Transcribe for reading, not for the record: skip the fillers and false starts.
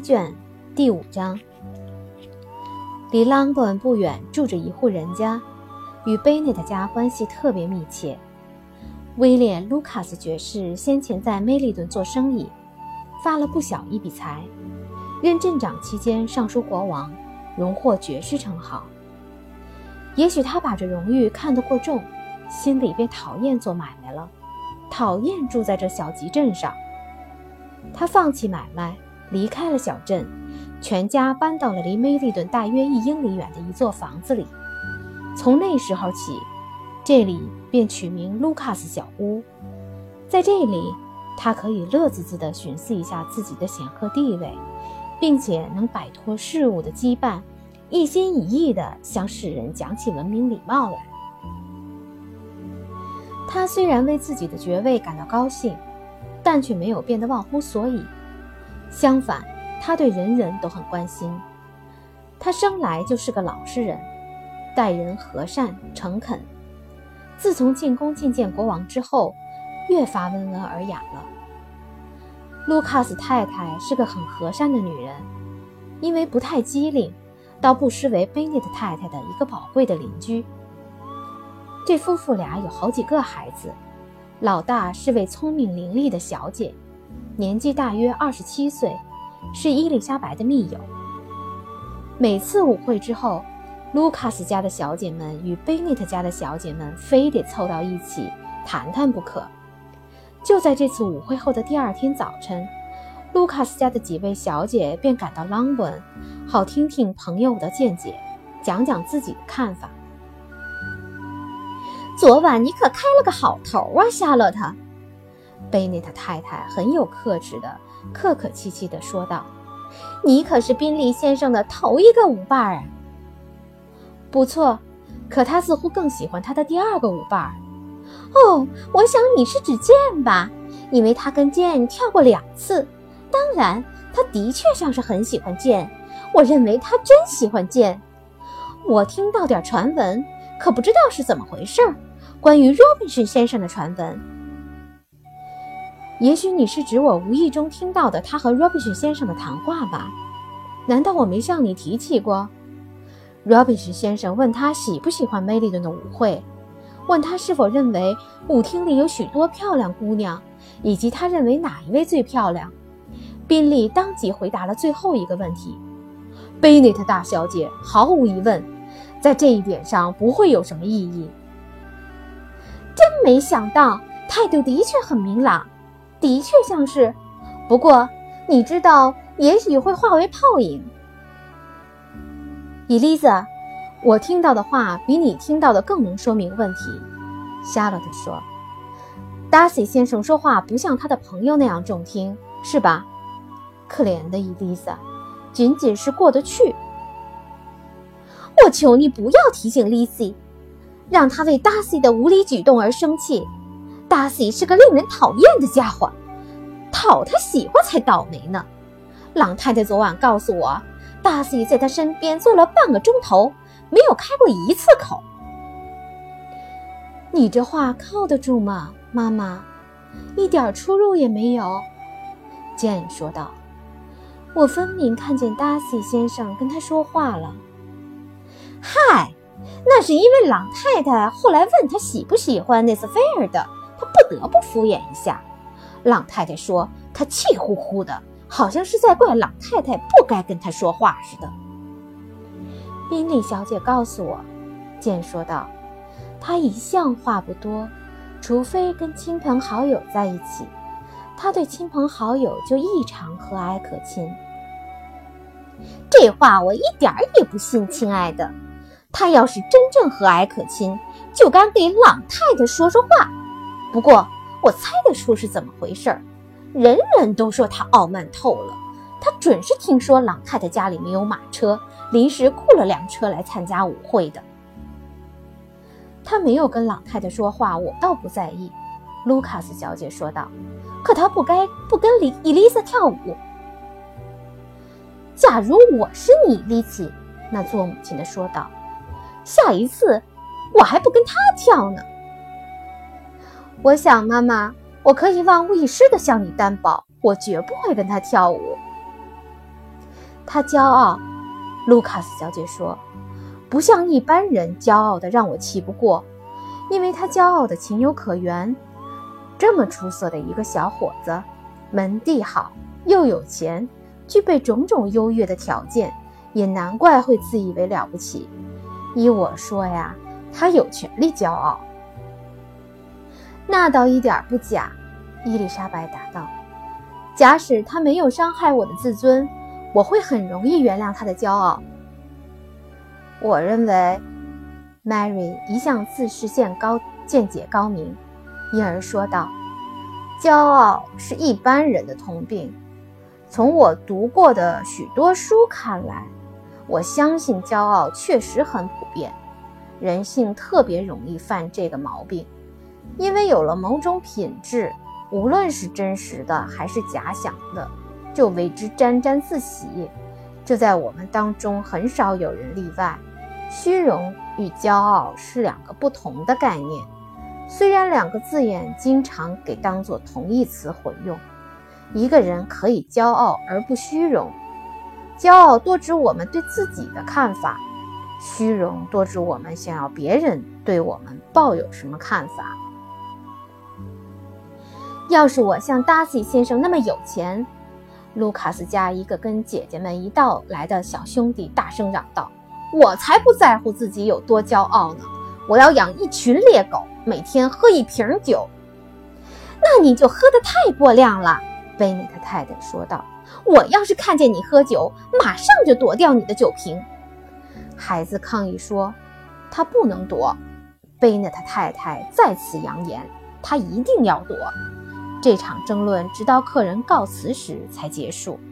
卷第5章。离朗伯恩不远住着一户人家，与贝内特家关系特别密切。威廉·卢卡斯爵士先前在梅利顿做生意，发了不小一笔财，任镇长期间上书国王，荣获爵士称号。也许他把这荣誉看得过重，心里便讨厌做买卖了，讨厌住在这小集镇上。他放弃买卖，离开了小镇，全家搬到了离梅利顿大约1英里远的一座房子里。从那时候起，这里便取名卢卡斯小屋。在这里，他可以乐滋滋地寻思一下自己的显赫地位，并且能摆脱事物的羁绊，一心一意地向世人讲起文明礼貌来。他虽然为自己的爵位感到高兴，但却没有变得忘乎所以。相反，他对人人都很关心。他生来就是个老实人，待人和善诚恳。自从进宫觐见国王之后，越发温文尔雅了。卢卡斯太太是个很和善的女人，因为不太机灵，倒不失为贝内特太太的一个宝贵的邻居。这夫妇俩有好几个孩子，老大是位聪明伶俐的小姐，年纪大约27岁，是伊丽莎白的密友。每次舞会之后，卢卡斯家的小姐们与贝内特家的小姐们非得凑到一起谈谈不可。就在这次舞会后的第2天早晨，卢卡斯家的几位小姐便赶到朗伯恩，好听听朋友的见解，讲讲自己的看法。昨晚你可开了个好头啊，夏洛特。贝内特太太很有克制的客客气气地说道，你可是宾利先生的头一个舞伴啊。不错，可他似乎更喜欢他的第2个舞伴。哦，我想你是指剑吧，因为他跟剑跳过2次。当然，他的确像是很喜欢剑，我认为他真喜欢剑。我听到点传闻，可不知道是怎么回事，关于 Robinson 先生的传闻。也许你是指我无意中听到的他和 Robinson 先生的谈话吧？难道我没向你提起过？Robinson 先生问他喜不喜欢梅利顿的舞会，问他是否认为舞厅里有许多漂亮姑娘，以及他认为哪一位最漂亮。宾利当即回答了最后一个问题。贝内特大小姐毫无疑问，在这一点上不会有什么异议。真没想到，态度的确很明朗，的确像是，不过你知道，也许会化为泡影。伊丽莎，我听到的话比你听到的更能说明问题。夏洛特说，达西先生说话不像他的朋友那样中听，是吧？可怜的伊丽莎，仅仅是过得去。我求你不要提醒丽西，让他为达西的无理举动而生气。达西是个令人讨厌的家伙，讨他喜欢才倒霉呢。朗太太昨晚告诉我，达西在他身边坐了半个钟头，没有开过1次口。你这话靠得住吗，妈妈？一点出入也没有。简说道，我分明看见达西先生跟他说话了。嗨，那是因为朗太太后来问他喜不喜欢内斯菲尔的，他不得不敷衍一下。朗太太说他气呼呼的，好像是在怪朗太太不该跟他说话似的。宾利小姐告诉我，简说道，她一向话不多，除非跟亲朋好友在一起，她对亲朋好友就异常和蔼可亲。这话我一点也不信，亲爱的。她要是真正和蔼可亲，就该给朗太太说说话。不过我猜得出是怎么回事，人人都说她傲慢透了。她准是听说朗太太家里没有马车，临时雇了辆车来参加舞会的。她没有跟朗太太说话，我倒不在意，卢卡斯小姐说道。可她不跟伊丽莎跳舞。假如我是你，丽奇，那做母亲的说道，下一次我还不跟她跳呢。我想，妈妈，我可以万无一失地向你担保，我绝不会跟她跳舞。 他骄傲，卢卡斯小姐说，不像一般人骄傲的让我气不过，因为他骄傲的情有可原。这么出色的一个小伙子，门第好，又有钱，具备种种优越的条件，也难怪会自以为了不起。依我说呀，他有权利骄傲。那倒一点不假，伊丽莎白答道，假使他没有伤害我的自尊，我会很容易原谅他的骄傲。我认为 Mary 一向自视见解高明，因而说道，骄傲是一般人的通病。从我读过的许多书看来，我相信骄傲确实很普遍，人性特别容易犯这个毛病，因为有了某种品质，无论是真实的还是假想的，就为之沾沾自喜。这在我们当中很少有人例外。虚荣与骄傲是两个不同的概念，虽然两个字眼经常给当作同义词混用。一个人可以骄傲而不虚荣，骄傲多指我们对自己的看法，虚荣多指我们想要别人对我们抱有什么看法。要是我像达西先生那么有钱，卢卡斯家一个跟姐姐们一道来的小兄弟大声嚷道，我才不在乎自己有多骄傲呢，我要养一群猎狗，每天喝1瓶酒。那你就喝得太过量了，贝内特太太说道，我要是看见你喝酒，马上就夺掉你的酒瓶。孩子抗议说，他不能夺。贝内特太太再次扬言，他一定要夺。这场争论直到客人告辞时才结束。